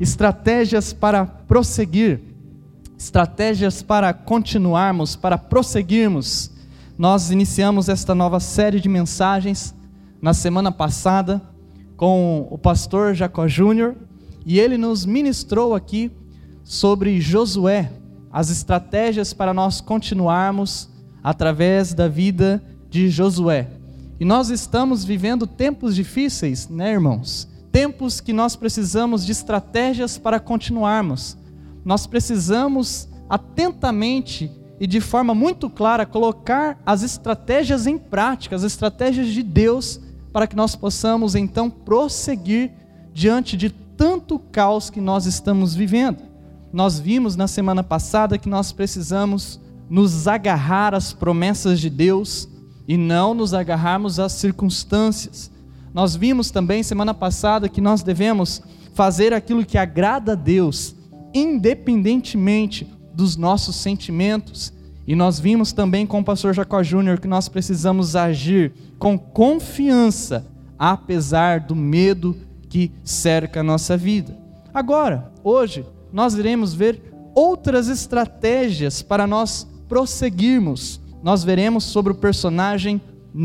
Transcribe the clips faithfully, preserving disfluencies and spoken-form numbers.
estratégias para prosseguir, estratégias para continuarmos, para prosseguirmos. Nós iniciamos esta nova série de mensagens na semana passada com o pastor Jacó Júnior, e ele nos ministrou aqui sobre Josué, as estratégias para nós continuarmos através da vida de Josué. E nós estamos vivendo tempos difíceis, né, irmãos? Tempos que nós precisamos de estratégias para continuarmos. Nós precisamos atentamente e de forma muito clara colocar as estratégias em prática, as estratégias de Deus, para que nós possamos então prosseguir diante de tanto caos que nós estamos vivendo. Nós vimos na semana passada que nós precisamos nos agarrar às promessas de Deus e não nos agarrarmos às circunstâncias. Nós vimos também semana passada que nós devemos fazer aquilo que agrada a Deus, independentemente dos nossos sentimentos. E nós vimos também com o pastor Jacó Júnior que nós precisamos agir com confiança, apesar do medo que cerca a nossa vida. Agora, hoje, nós iremos ver outras estratégias para nós prosseguirmos. Nós veremos sobre o personagem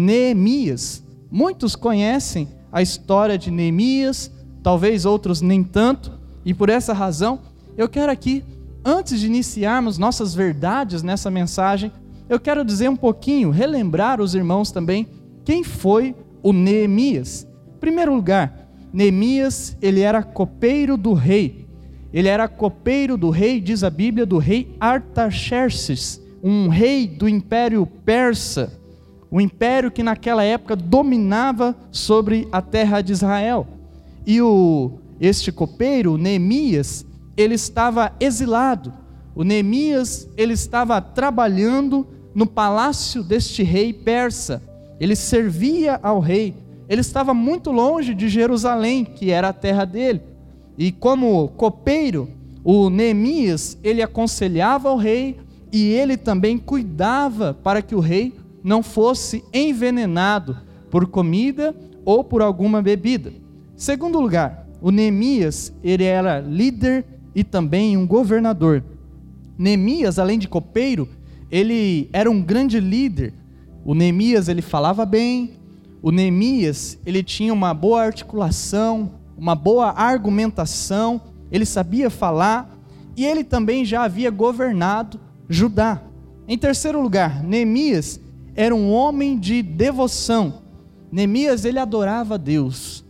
Neemias. Muitos conhecem a história de Neemias, talvez outros nem tanto, e por essa razão, eu quero aqui, antes de iniciarmos nossas verdades nessa mensagem, eu quero dizer um pouquinho, relembrar os irmãos também, quem foi o Neemias. Em primeiro lugar, Neemias, ele era copeiro do rei. Ele era copeiro do rei, diz a Bíblia, do rei Artaxerxes, um rei do Império Persa, o império que naquela época dominava sobre a terra de Israel. E o, este copeiro, Neemias, ele estava exilado. O Neemias, ele estava trabalhando no palácio deste rei persa. Ele servia ao rei. Ele estava muito longe de Jerusalém, que era a terra dele. E como copeiro, o Neemias, ele aconselhava ao rei e ele também cuidava para que o rei não fosse envenenado por comida ou por alguma bebida. Segundo lugar, o Neemias, ele era líder e também um governador. Neemias, além de copeiro, ele era um grande líder. O Neemias, ele falava bem. O Neemias, ele tinha uma boa articulação, uma boa argumentação, ele sabia falar, e ele também já havia governado Judá. Em terceiro lugar, Neemias era um homem de devoção. Neemias, ele adorava a Deus.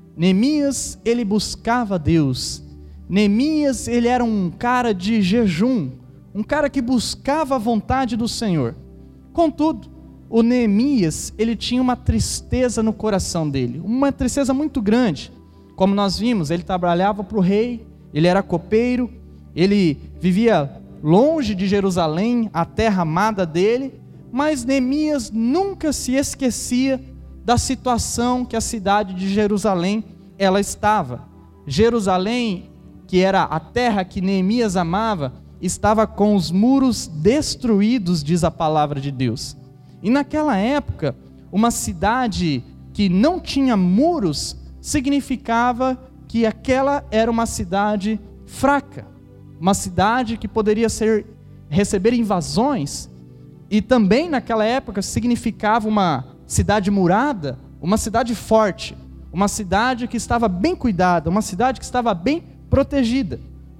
Neemias, ele buscava a Deus. Neemias, ele era um cara de jejum, um cara que buscava a vontade do Senhor. Contudo, o Neemias, ele tinha uma tristeza no coração dele, uma tristeza muito grande. Como nós vimos, ele trabalhava para o rei, ele era copeiro, ele vivia longe de Jerusalém, a terra amada dele, mas Neemias nunca se esquecia da situação que a cidade de Jerusalém ela estava. Jerusalém, que era a terra que Neemias amava, estava com os muros destruídos, diz a palavra de Deus. E naquela época, uma cidade que não tinha muros significava que aquela era uma cidade fraca, uma cidade que poderia ser, receber invasões, e também naquela época significava uma cidade murada, uma cidade forte, uma cidade que estava bem cuidada, uma cidade que estava bem protegida.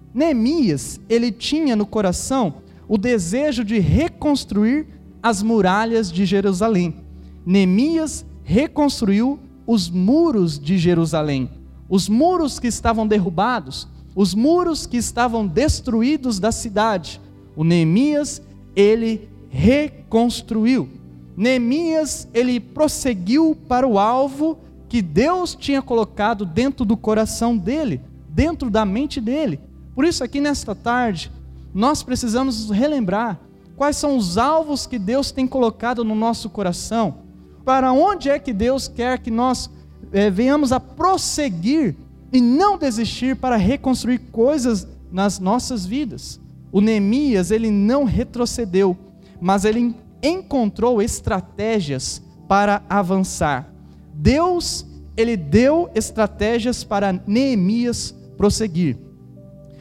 Neemias, ele tinha no coração o desejo de reconstruir as muralhas de Jerusalém. Neemias reconstruiu os muros de Jerusalém, os muros que estavam derrubados, os muros que estavam destruídos da cidade. O Neemias, ele reconstruiu. Neemias, ele prosseguiu para o alvo que Deus tinha colocado dentro do coração dele, dentro da mente dele. Por isso aqui nesta tarde, nós precisamos relembrar quais são os alvos que Deus tem colocado no nosso coração. Para onde é que Deus quer que nós é, venhamos a prosseguir e não desistir para reconstruir coisas nas nossas vidas. O Neemias, ele não retrocedeu, mas ele encontrou estratégias para avançar. Deus, ele deu estratégias para Neemias prosseguir.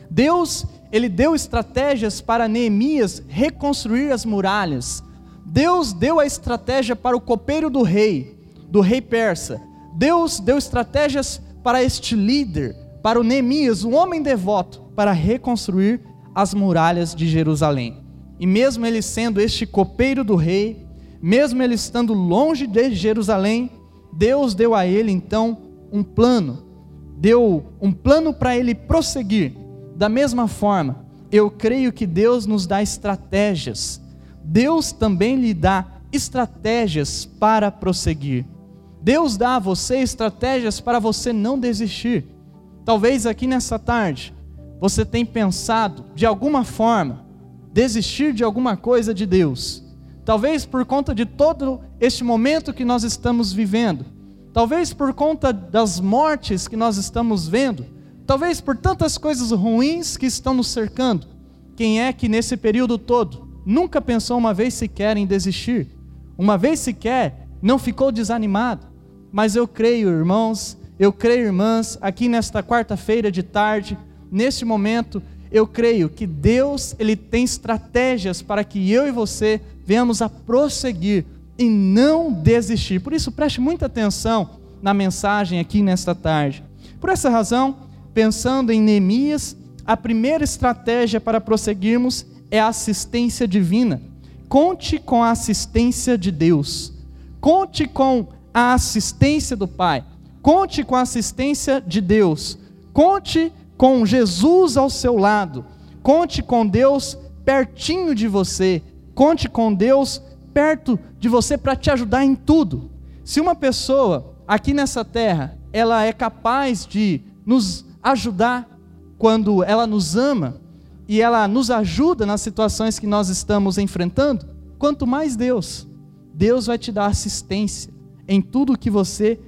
Deus, ele deu estratégias para Neemias reconstruir as muralhas. Deus deu a estratégia para o copeiro do rei, do rei persa. Deus deu estratégias para este líder, para o Neemias, um homem devoto, para reconstruir as muralhas de Jerusalém. E mesmo ele sendo este copeiro do rei, mesmo ele estando longe de Jerusalém, Deus deu a ele então um plano, deu um plano para ele prosseguir. Da mesma forma, eu creio que Deus nos dá estratégias, Deus também lhe dá estratégias para prosseguir. Deus dá a você estratégias para você não desistir. Talvez aqui nessa tarde, você tenha pensado, de alguma forma, desistir de alguma coisa de Deus. Talvez por conta de todo este momento que nós estamos vivendo. Talvez por conta das mortes que nós estamos vendo. Talvez por tantas coisas ruins que estão nos cercando. Quem é que nesse período todo nunca pensou uma vez sequer em desistir? Uma vez sequer não ficou desanimado? Mas eu creio, irmãos, eu creio, irmãs, aqui nesta quarta-feira de tarde, neste momento, eu creio que Deus, Ele tem estratégias para que eu e você venhamos a prosseguir e não desistir. Por isso, preste muita atenção na mensagem aqui nesta tarde. Por essa razão, pensando em Neemias, a primeira estratégia para prosseguirmos é a assistência divina. Conte com a assistência de Deus. Conte com a assistência do Pai. Conte com a assistência de Deus. Conte com Jesus ao seu lado. Conte com Deus pertinho de você. Conte com Deus perto de você para te ajudar em tudo. Se uma pessoa aqui nessa terra, ela é capaz de nos ajudar quando ela nos ama e ela nos ajuda nas situações que nós estamos enfrentando, quanto mais Deus. Deus vai te dar assistência em tudo que você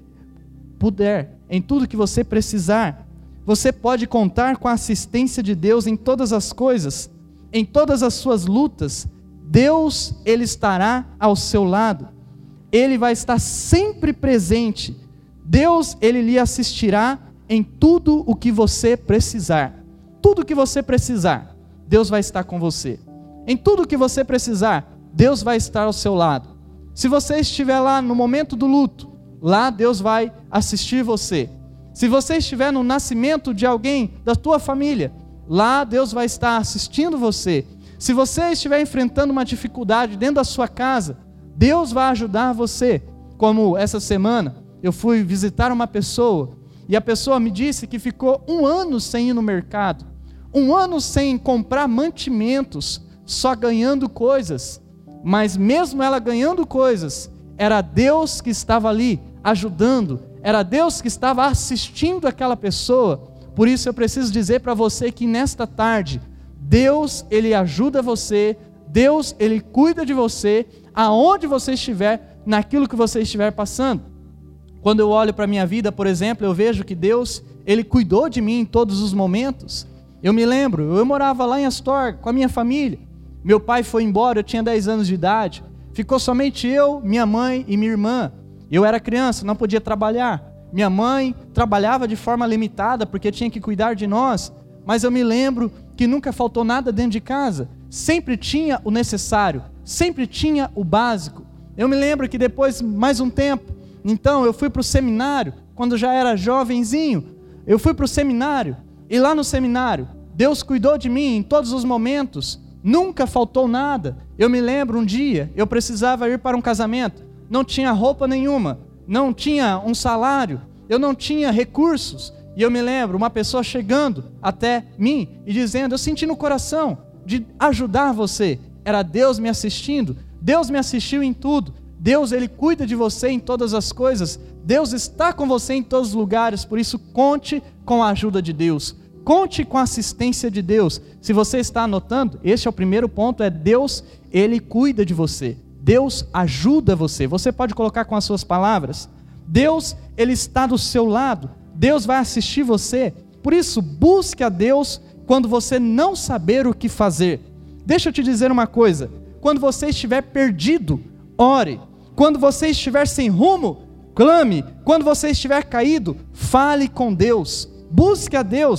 puder, em tudo que você precisar. Você pode contar com a assistência de Deus em todas as coisas, em todas as suas lutas. Deus, Ele estará ao seu lado. Ele vai estar sempre presente. Deus, Ele lhe assistirá em tudo o que você precisar. Tudo o que você precisar, Deus vai estar com você. Em tudo o que você precisar, Deus vai estar ao seu lado. Se você estiver lá no momento do luto, lá Deus vai assistir você. Se você estiver no nascimento de alguém da tua família, lá Deus vai estar assistindo você. Se você estiver enfrentando uma dificuldade dentro da sua casa, Deus vai ajudar você. Como essa semana, eu fui visitar uma pessoa, e a pessoa me disse que ficou um ano sem ir no mercado, um ano sem comprar mantimentos, só ganhando coisas. Mas mesmo ela ganhando coisas, era Deus que estava ali ajudando, era Deus que estava assistindo aquela pessoa. Por isso eu preciso dizer para você que nesta tarde, Deus, Ele ajuda você, Deus, Ele cuida de você, aonde você estiver, naquilo que você estiver passando. Quando eu olho para a minha vida, por exemplo, eu vejo que Deus, Ele cuidou de mim em todos os momentos. Eu me lembro, eu morava lá em Astorga com a minha família. Meu pai foi embora, eu tinha dez anos de idade. Ficou somente eu, minha mãe e minha irmã. Eu era criança, não podia trabalhar. Minha mãe trabalhava de forma limitada porque tinha que cuidar de nós. Mas eu me lembro que nunca faltou nada dentro de casa. Sempre tinha o necessário, sempre tinha o básico. Eu me lembro que depois, mais um tempo, então eu fui para o seminário, quando já era jovenzinho. Eu fui para o seminário, e lá no seminário, Deus cuidou de mim em todos os momentos. Nunca faltou nada. Eu me lembro um dia, eu precisava ir para um casamento, não tinha roupa nenhuma, não tinha um salário, eu não tinha recursos, e eu me lembro uma pessoa chegando até mim e dizendo, eu senti no coração de ajudar você. Era Deus me assistindo. Deus me assistiu em tudo. Deus, Ele cuida de você em todas as coisas. Deus está com você em todos os lugares. Por isso, conte com a ajuda de Deus. Conte com a assistência de Deus. Se você está anotando, este é o primeiro ponto, é Deus, Ele cuida de você. Deus ajuda você. Você pode colocar com as suas palavras. Deus, Ele está do seu lado. Deus vai assistir você. Por isso, busque a Deus quando você não saber o que fazer. Deixa eu te dizer uma coisa. Quando você estiver perdido, ore. Quando você estiver sem rumo, clame. Quando você estiver caído, fale com Deus. Busque a Deus.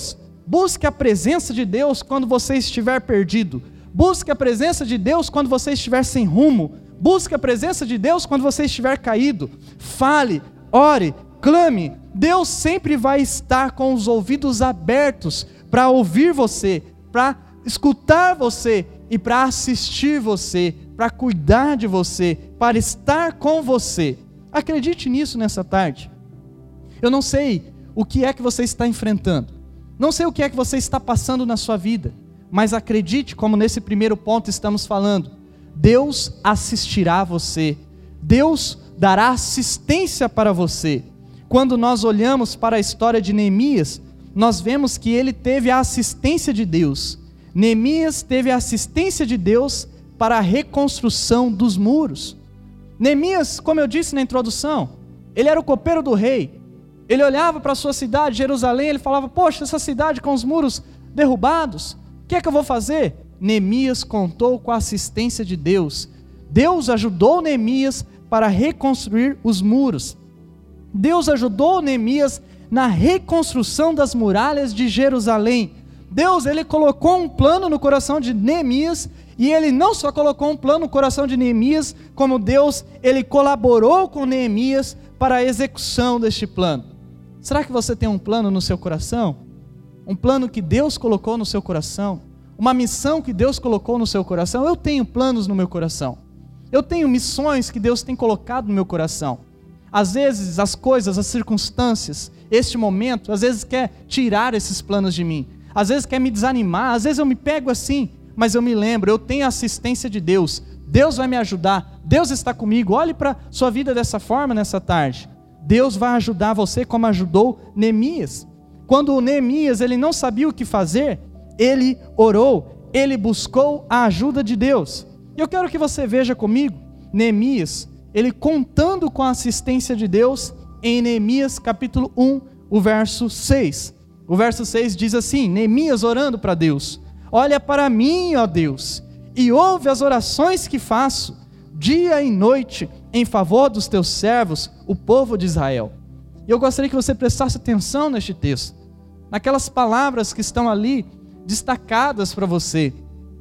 Busque a presença de Deus quando você estiver perdido. Busque a presença de Deus quando você estiver sem rumo. Busque a presença de Deus quando você estiver caído. Fale, ore, clame. Deus sempre vai estar com os ouvidos abertos para ouvir você, para escutar você e para assistir você, para cuidar de você, para estar com você. Acredite nisso nessa tarde. Eu não sei o que é que você está enfrentando, não sei o que é que você está passando na sua vida, mas acredite, como nesse primeiro ponto estamos falando, Deus assistirá você, Deus dará assistência para você. Quando nós olhamos para a história de Neemias, nós vemos que ele teve a assistência de Deus. Neemias teve a assistência de Deus para a reconstrução dos muros. Neemias, como eu disse na introdução, ele era o copeiro do rei. Ele olhava para a sua cidade, Jerusalém, ele falava: poxa, essa cidade com os muros derrubados, o que é que eu vou fazer? Neemias contou com a assistência de Deus. Deus ajudou Neemias para reconstruir os muros. Deus ajudou Neemias na reconstrução das muralhas de Jerusalém. Deus, ele colocou um plano no coração de Neemias, e ele não só colocou um plano no coração de Neemias, como Deus, ele colaborou com Neemias para a execução deste plano. Será que você tem um plano no seu coração? Um plano que Deus colocou no seu coração? Uma missão que Deus colocou no seu coração? Eu tenho planos no meu coração. Eu tenho missões que Deus tem colocado no meu coração. Às vezes as coisas, as circunstâncias, este momento, às vezes quer tirar esses planos de mim. Às vezes quer me desanimar, às vezes eu me pego assim, mas eu me lembro, eu tenho a assistência de Deus. Deus vai me ajudar, Deus está comigo. Olhe para a sua vida dessa forma nessa tarde. Deus vai ajudar você como ajudou Neemias. Quando o Neemias ele não sabia o que fazer, ele orou, ele buscou a ajuda de Deus. E eu quero que você veja comigo, Neemias, ele contando com a assistência de Deus, em Neemias capítulo um, o verso seis. O verso seis diz assim, Neemias orando para Deus: olha para mim, ó Deus, e ouve as orações que faço, dia e noite, em favor dos teus servos, o povo de Israel. E eu gostaria que você prestasse atenção neste texto, naquelas palavras que estão ali, destacadas para você.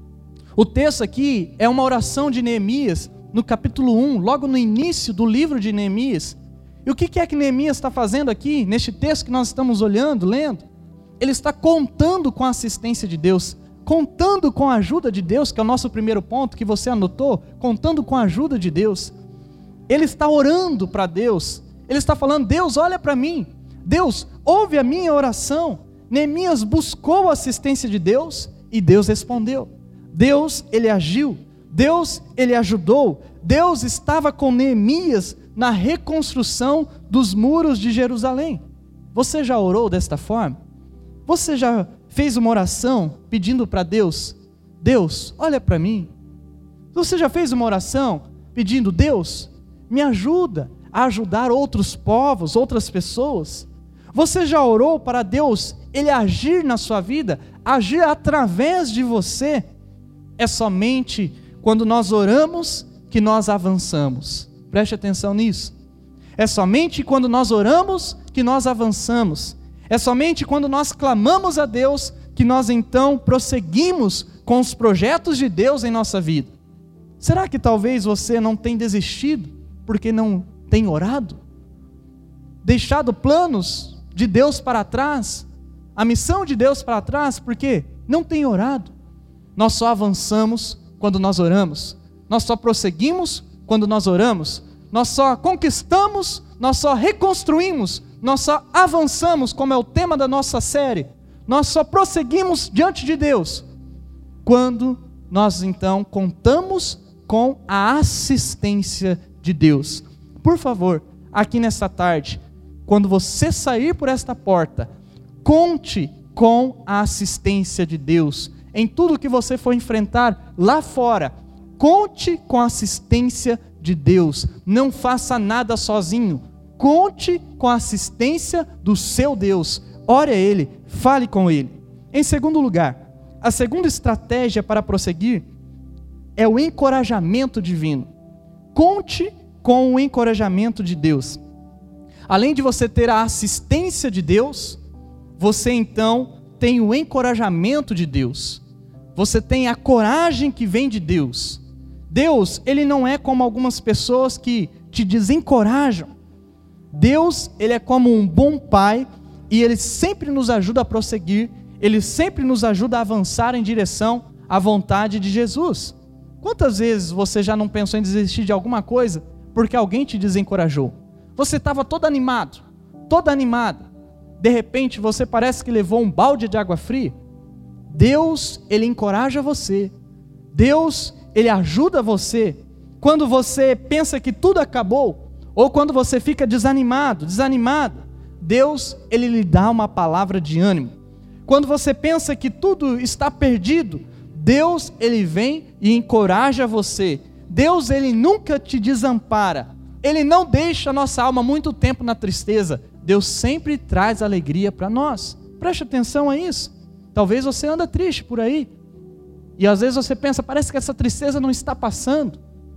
O texto aqui é uma oração de Neemias, no capítulo um, logo no início do livro de Neemias. E o que é que Neemias está fazendo aqui, neste texto que nós estamos olhando, lendo? Ele está contando com a assistência de Deus, contando com a ajuda de Deus, que é o nosso primeiro ponto, que você anotou, contando com a ajuda de Deus. Ele está orando para Deus, ele está falando: Deus, olha para mim, Deus, ouve a minha oração. Neemias buscou a assistência de Deus, e Deus respondeu. Deus, ele agiu, Deus, ele ajudou, Deus estava com Neemias na reconstrução dos muros de Jerusalém. Você já orou desta forma? Você já fez uma oração pedindo para Deus: Deus, olha para mim? Você já fez uma oração pedindo: Deus, me ajuda a ajudar outros povos, outras pessoas? Você já orou para Deus, ele agir na sua vida, agir através de você? É somente quando nós oramos que nós avançamos. Preste atenção nisso. É somente quando nós oramos que nós avançamos. É somente quando nós clamamos a Deus que nós então prosseguimos com os projetos de Deus em nossa vida. Será que talvez você não tenha desistido porque não tem orado? Deixado planos de Deus para trás, a missão de Deus para trás, porque não tem orado? Nós só avançamos quando nós oramos, nós só prosseguimos quando nós oramos, nós só conquistamos, nós só reconstruímos, nós só avançamos, como é o tema da nossa série, nós só prosseguimos diante de Deus quando nós então contamos com a assistência de Deus. Por favor, aqui nesta tarde, quando você sair por esta porta, conte com a assistência de Deus. Em tudo que você for enfrentar lá fora, conte com a assistência de Deus. Não faça nada sozinho. Conte com a assistência do seu Deus. Ore a Ele, fale com Ele. Em segundo lugar, a segunda estratégia para prosseguir é o encorajamento divino. Conte com o encorajamento de Deus. Além de você ter a assistência de Deus, você então tem o encorajamento de Deus. Você tem a coragem que vem de Deus. Deus, Ele não é como algumas pessoas que te desencorajam. Deus, Ele é como um bom pai e Ele sempre nos ajuda a prosseguir, Ele sempre nos ajuda a avançar em direção à vontade de Jesus. Quantas vezes você já não pensou em desistir de alguma coisa porque alguém te desencorajou? Você estava todo animado, toda animada. De repente você parece que levou um balde de água fria. Deus, Ele encoraja você. Deus, Ele ajuda você. Quando você pensa que tudo acabou, ou quando você fica desanimado, desanimada, Deus, Ele lhe dá uma palavra de ânimo. Quando você pensa que tudo está perdido, Deus, Ele vem e encoraja você. Deus, Ele nunca te desampara. Ele não deixa a nossa alma muito tempo na tristeza. Deus sempre traz alegria para nós. Preste atenção a isso. Talvez você anda triste por aí. E às vezes você pensa, parece que essa tristeza não está passando.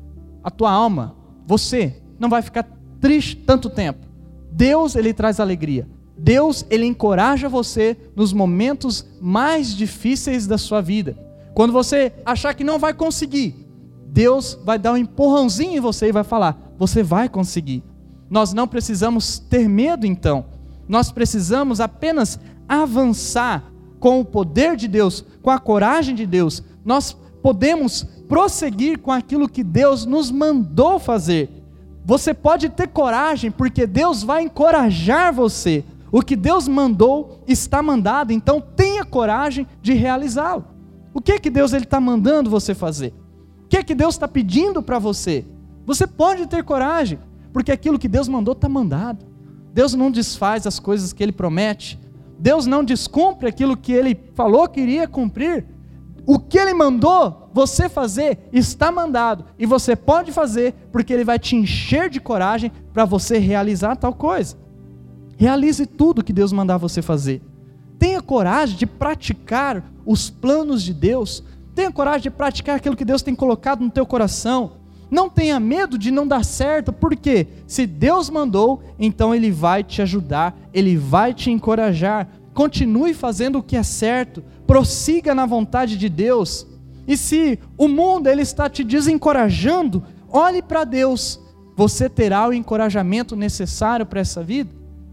A tua alma, você, não vai ficar triste tanto tempo. Deus, Ele traz alegria. Deus, Ele encoraja você nos momentos mais difíceis da sua vida. Quando você achar que não vai conseguir, Deus vai dar um empurrãozinho em você e vai falar, você vai conseguir. Nós não precisamos ter medo então. Nós precisamos apenas avançar com o poder de Deus, com a coragem de Deus. Nós podemos prosseguir com aquilo que Deus nos mandou fazer. Você pode ter coragem, porque Deus vai encorajar você. O que Deus mandou está mandado, então tenha coragem de realizá-lo. O que é que Deus está mandando você fazer? O que é que Deus está pedindo para você? Você pode ter coragem, porque aquilo que Deus mandou está mandado. Deus não desfaz as coisas que Ele promete. Deus não descumpre aquilo que Ele falou que iria cumprir. O que Ele mandou você fazer está mandado, e você pode fazer, porque Ele vai te encher de coragem para você realizar tal coisa. Realize tudo que Deus mandar você fazer. Tenha coragem de praticar os planos de Deus. Tenha coragem de praticar aquilo que Deus tem colocado no teu coração. Não tenha medo de não dar certo, porque se Deus mandou, então Ele vai te ajudar, Ele vai te encorajar. Continue fazendo o que é certo, prossiga na vontade de Deus. E se o mundo ele está te desencorajando, olhe para Deus, você terá o encorajamento necessário para essa vida.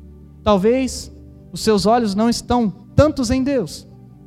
Talvez os seus olhos não estão tantos em Deus,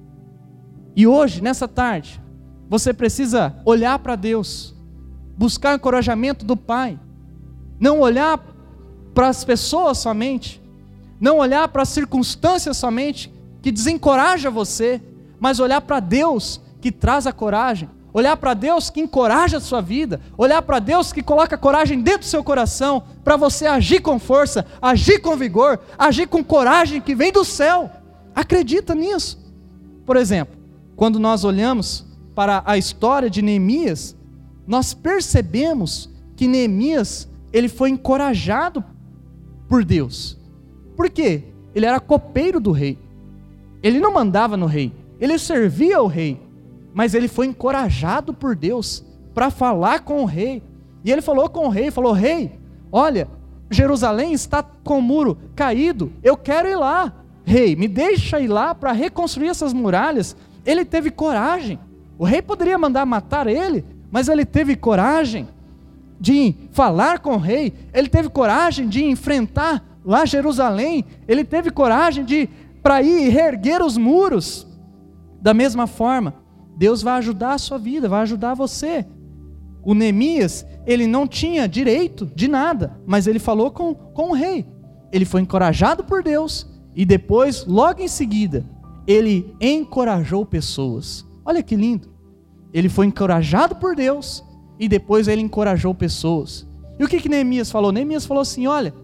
e hoje, nessa tarde, você precisa olhar para Deus, buscar o encorajamento do Pai, não olhar para as pessoas somente, não olhar para as circunstâncias somente, que desencoraja você, mas olhar para Deus, que traz a coragem, olhar para Deus que encoraja a sua vida, olhar para Deus que coloca coragem dentro do seu coração, para você agir com força, agir com vigor, agir com coragem que vem do céu. Acredita nisso. Por exemplo, quando nós olhamos para a história de Neemias, nós percebemos que Neemias, ele foi encorajado por Deus. Por quê? Ele era copeiro do rei. Ele não mandava no rei, ele servia ao rei, mas ele foi encorajado por Deus para falar com o rei. E ele falou com o rei, falou: rei, olha, Jerusalém está com o muro caído, eu quero ir lá. Rei, me deixa ir lá para reconstruir essas muralhas. Ele teve coragem. O rei poderia mandar matar ele, mas ele teve coragem de falar com o rei. Ele teve coragem de enfrentar lá Jerusalém. Ele teve coragem de para ir reerguer os muros. Da mesma forma, Deus vai ajudar a sua vida, vai ajudar você. O Neemias, ele não tinha direito de nada, mas ele falou com, com o rei. Ele foi encorajado por Deus, e depois, logo em seguida, ele encorajou pessoas. Olha que lindo. Ele foi encorajado por Deus, e depois ele encorajou pessoas. E o que que Neemias falou? Neemias falou assim: olha,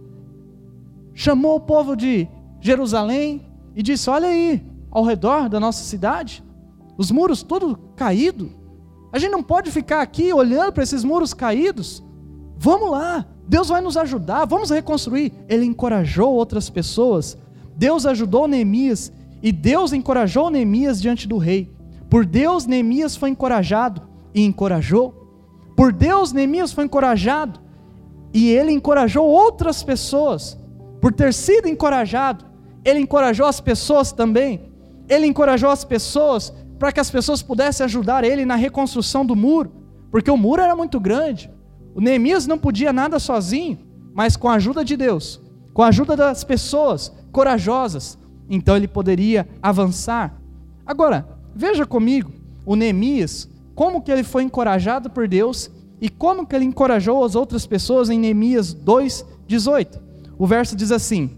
chamou o povo de Jerusalém e disse: olha aí, ao redor da nossa cidade, os muros todos caídos. A gente não pode ficar aqui olhando para esses muros caídos. Vamos lá, Deus vai nos ajudar, vamos reconstruir. Ele encorajou outras pessoas. Deus ajudou Neemias, e Deus encorajou Neemias diante do rei. Por Deus, Neemias foi encorajado e encorajou. Por Deus, Neemias foi encorajado e ele encorajou outras pessoas. Por ter sido encorajado, ele encorajou as pessoas também. ele encorajou as pessoas para que as pessoas pudessem ajudar ele na reconstrução do muro, porque o muro era muito grande. O Neemias não podia nada sozinho, mas com a ajuda de Deus, com a ajuda das pessoas corajosas, então ele poderia avançar. Agora, veja comigo, o Neemias, como que ele foi encorajado por Deus e como que ele encorajou as outras pessoas em Neemias dois, dezoito. O verso diz assim: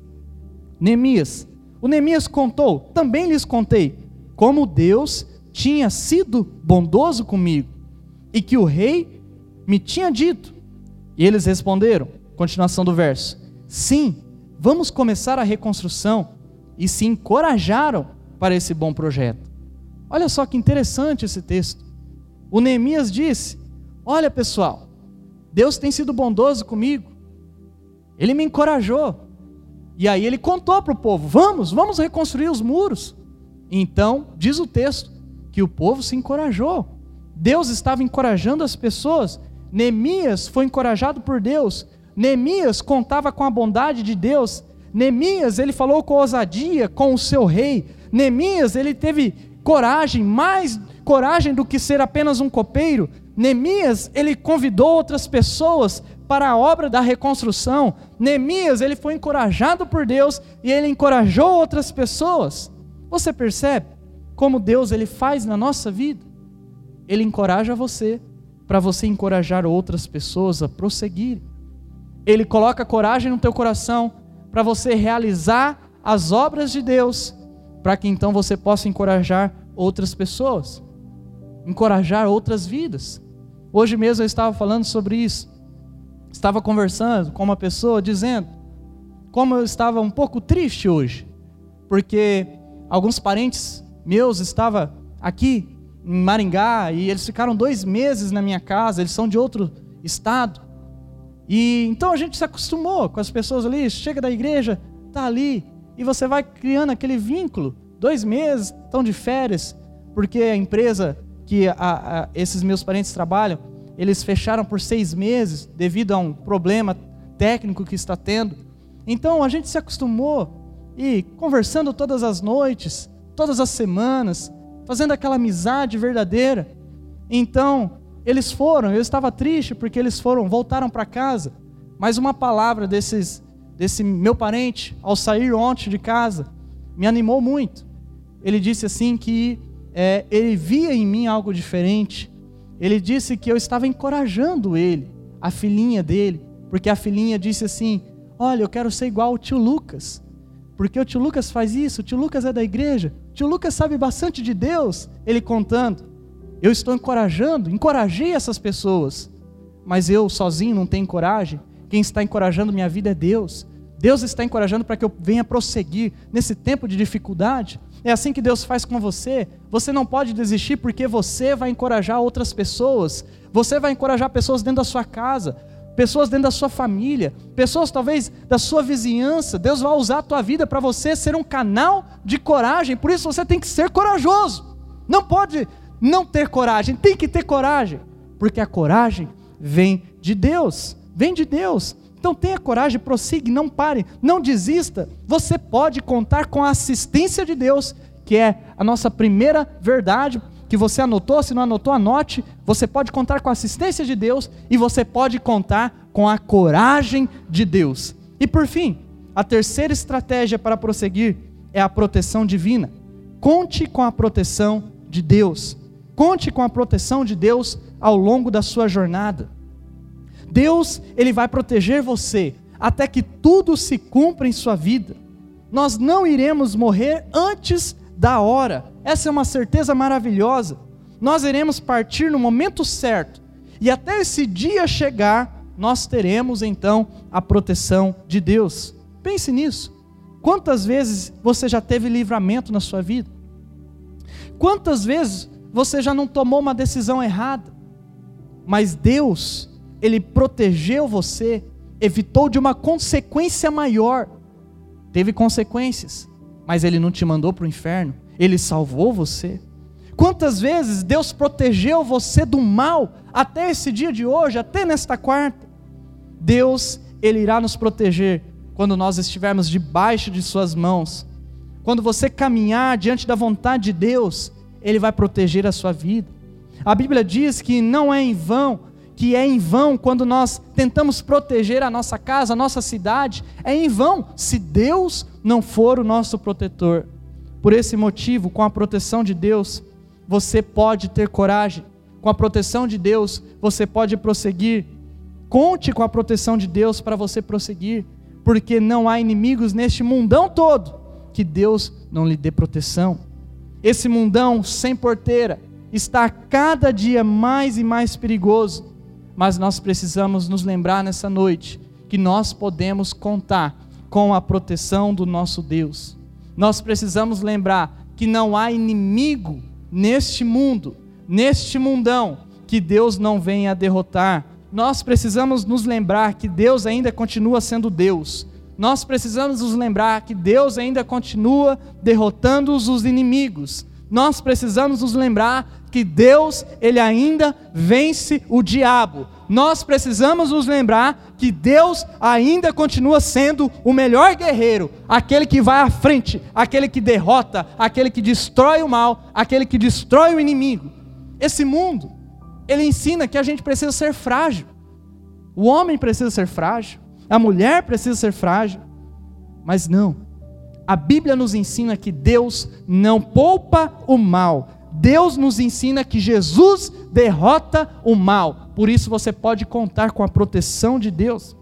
Neemias, o Neemias contou, também lhes contei, como Deus tinha sido bondoso comigo, e que o rei me tinha dito. E eles responderam, continuação do verso, sim, vamos começar a reconstrução, e se encorajaram para esse bom projeto. Olha só que interessante esse texto. O Neemias disse, olha pessoal, Deus tem sido bondoso comigo, ele me encorajou, e aí ele contou para o povo, vamos, vamos reconstruir os muros. Então, diz o texto, que o povo se encorajou, Deus estava encorajando as pessoas, Neemias foi encorajado por Deus, Neemias contava com a bondade de Deus, Neemias, ele falou com ousadia com o seu rei, Neemias, ele teve coragem, mais coragem do que ser apenas um copeiro, Neemias, ele convidou outras pessoas para a obra da reconstrução, Neemias, ele foi encorajado por Deus e ele encorajou outras pessoas. Você percebe como Deus ele faz na nossa vida? Ele encoraja você, para você encorajar outras pessoas a prosseguir. Ele coloca coragem no teu coração, para você realizar as obras de Deus, para que então você possa encorajar outras pessoas, encorajar outras vidas. Hoje mesmo eu estava falando sobre isso, estava conversando com uma pessoa, dizendo como eu estava um pouco triste hoje, porque alguns parentes meus estavam aqui em Maringá, e eles ficaram dois meses na minha casa, eles são de outro estado, e então a gente se acostumou com as pessoas ali, chega da igreja, está ali, e você vai criando aquele vínculo, dois meses, estão de férias, porque a empresa que a, a, esses meus parentes trabalham, eles fecharam por seis meses, devido a um problema técnico que está tendo, então a gente se acostumou, e conversando todas as noites, todas as semanas, fazendo aquela amizade verdadeira. Então, eles foram, eu estava triste porque eles foram, voltaram para casa, mas uma palavra desses, desse meu parente, ao sair ontem de casa, me animou muito. Ele disse assim que é, ele via em mim algo diferente, ele disse que eu estava encorajando ele, a filhinha dele, porque a filhinha disse assim, olha, eu quero ser igual ao tio Lucas, porque o tio Lucas faz isso, o tio Lucas é da igreja, o tio Lucas sabe bastante de Deus, ele contando, eu estou encorajando, encorajei essas pessoas, mas eu sozinho não tenho coragem, quem está encorajando minha vida é Deus, Deus está encorajando para que eu venha prosseguir nesse tempo de dificuldade, é assim que Deus faz com você, você não pode desistir porque você vai encorajar outras pessoas, você vai encorajar pessoas dentro da sua casa, pessoas dentro da sua família, pessoas talvez da sua vizinhança. Deus vai usar a tua vida para você ser um canal de coragem, por isso você tem que ser corajoso, não pode não ter coragem, tem que ter coragem, porque a coragem vem de Deus, vem de Deus, então tenha coragem, prossiga, não pare, não desista, você pode contar com a assistência de Deus, que é a nossa primeira verdade, que você anotou, se não anotou, anote, você pode contar com a assistência de Deus, e você pode contar com a coragem de Deus. E por fim, a terceira estratégia para prosseguir é a proteção divina. Conte com a proteção de Deus, conte com a proteção de Deus ao longo da sua jornada. Deus, Ele vai proteger você, até que tudo se cumpra em sua vida. Nós não iremos morrer antes da hora, essa é uma certeza maravilhosa, nós iremos partir no momento certo, e até esse dia chegar, nós teremos então a proteção de Deus. Pense nisso, quantas vezes você já teve livramento na sua vida? Quantas vezes você já não tomou uma decisão errada? Mas Deus, Ele protegeu você, evitou de uma consequência maior, teve consequências, mas Ele não te mandou para o inferno, Ele salvou você. Quantas vezes Deus protegeu você do mal, até esse dia de hoje, até nesta quarta? Deus, Ele irá nos proteger, quando nós estivermos debaixo de suas mãos, Quando você caminhar diante da vontade de Deus, Ele vai proteger a sua vida. A Bíblia diz que não é em vão, que é em vão quando nós tentamos proteger a nossa casa, a nossa cidade, é em vão se Deus não for o nosso protetor. Por esse motivo, com a proteção de Deus, você pode ter coragem. Com a proteção de Deus, você pode prosseguir. Conte com a proteção de Deus para você prosseguir, porque não há inimigos neste mundão todo que Deus não lhe dê proteção. Esse mundão sem porteira está cada dia mais e mais perigoso, mas nós precisamos nos lembrar nessa noite que nós podemos contar com a proteção do nosso Deus. Nós precisamos lembrar que não há inimigo neste mundo, neste mundão, que Deus não venha a derrotar. Nós precisamos nos lembrar que Deus ainda continua sendo Deus. Nós precisamos nos lembrar que Deus ainda continua derrotando os inimigos. Nós precisamos nos lembrar que Deus, Ele ainda vence o diabo. Nós precisamos nos lembrar que Deus ainda continua sendo o melhor guerreiro, aquele que vai à frente, aquele que derrota, aquele que destrói o mal, aquele que destrói o inimigo. Esse mundo, ele ensina que a gente precisa ser frágil. O homem precisa ser frágil, a mulher precisa ser frágil, mas não. A Bíblia nos ensina que Deus não poupa o mal. Deus nos ensina que Jesus derrota o mal. Por isso você pode contar com a proteção de Deus.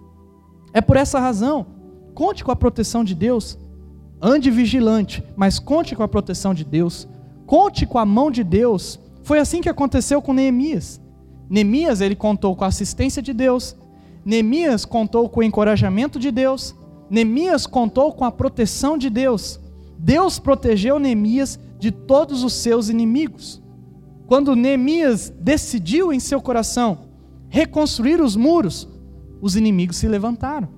É por essa razão, conte com a proteção de Deus. Ande vigilante, mas conte com a proteção de Deus. Conte com a mão de Deus. Foi assim que aconteceu com Neemias. Neemias, ele contou com a assistência de Deus. Neemias contou com o encorajamento de Deus. Neemias contou com a proteção de Deus. Deus protegeu Neemias de todos os seus inimigos. Quando Neemias decidiu em seu coração reconstruir os muros, os inimigos se levantaram.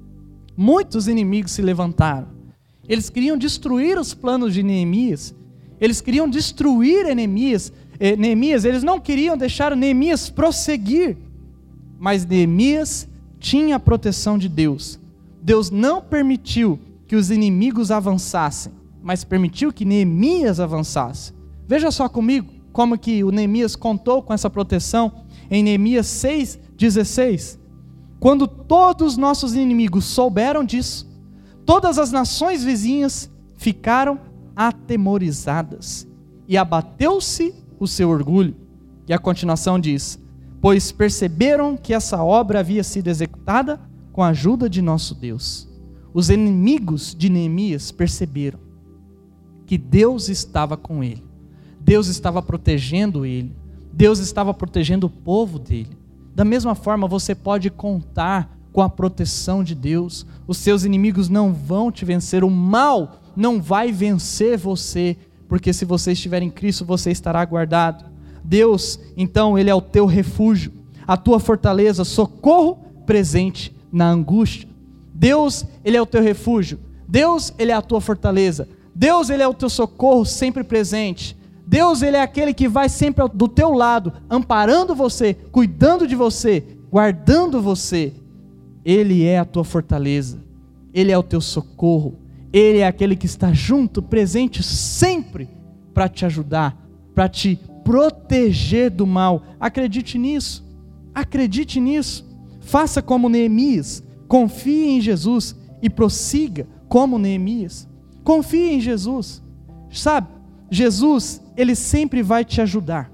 Muitos inimigos se levantaram. Eles queriam destruir os planos de Neemias. Eles queriam destruir Neemias. Eh, Neemias, eles não queriam deixar Neemias prosseguir. Mas Neemias tinha a proteção de Deus. Deus não permitiu que os inimigos avançassem, mas permitiu que Neemias avançasse. Veja só comigo como que o Neemias contou com essa proteção em Neemias seis, dezesseis. Quando todos os nossos inimigos souberam disso, todas as nações vizinhas ficaram atemorizadas e abateu-se o seu orgulho. E a continuação diz: pois perceberam que essa obra havia sido executada com a ajuda de nosso Deus. Os inimigos de Neemias perceberam que Deus estava com ele. Deus estava protegendo ele. Deus estava protegendo o povo dele. Da mesma forma, você pode contar com a proteção de Deus. Os seus inimigos não vão te vencer. O mal não vai vencer você, porque se você estiver em Cristo, você estará guardado. Deus, então, Ele é o teu refúgio, a tua fortaleza, socorro presente na angústia. Deus, Ele é o teu refúgio. Deus, Ele é a tua fortaleza. Deus, Ele é o teu socorro sempre presente. Deus, Ele é aquele que vai sempre do teu lado, amparando você, cuidando de você, guardando você. Ele é a tua fortaleza. Ele é o teu socorro. Ele é aquele que está junto, presente sempre para te ajudar, para te proteger do mal. Acredite nisso. Acredite nisso. Faça como Neemias, confie em Jesus e prossiga como Neemias. Confie em Jesus. Sabe, Jesus, Ele sempre vai te ajudar.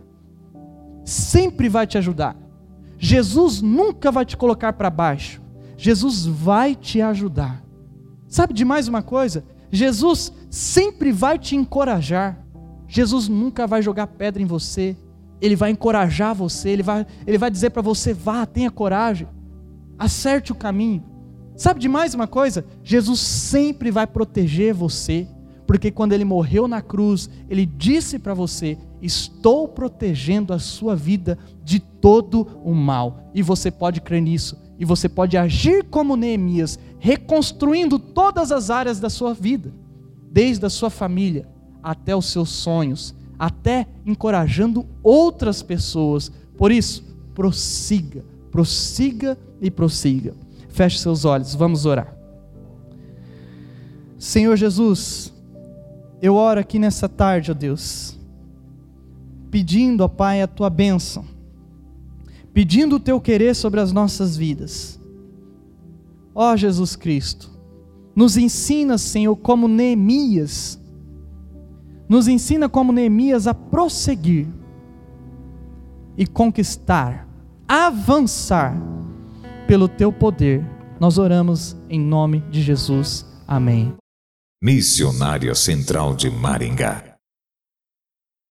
Sempre vai te ajudar. Jesus nunca vai te colocar para baixo. Jesus vai te ajudar. Sabe de mais uma coisa? Jesus sempre vai te encorajar. Jesus nunca vai jogar pedra em você. Ele vai encorajar você. Ele vai, ele vai dizer para você: vá, tenha coragem. Acerte o caminho. Sabe de mais uma coisa? Jesus sempre vai proteger você, porque quando Ele morreu na cruz, Ele disse para você: estou protegendo a sua vida de todo o mal. E você pode crer nisso, e você pode agir como Neemias, reconstruindo todas as áreas da sua vida, desde a sua família até os seus sonhos, até encorajando outras pessoas. Por isso, prossiga, prossiga e prossiga. Feche seus olhos, vamos orar. Senhor Jesus, Eu oro aqui nessa tarde, ó Deus, pedindo, ó Pai, a Tua bênção, pedindo o Teu querer sobre as nossas vidas. Ó Jesus Cristo, nos ensina, Senhor, como Neemias, nos ensina como Neemias a prosseguir e conquistar, avançar pelo Teu poder. Nós oramos em nome de Jesus. Amém. Missionária Central de Maringá.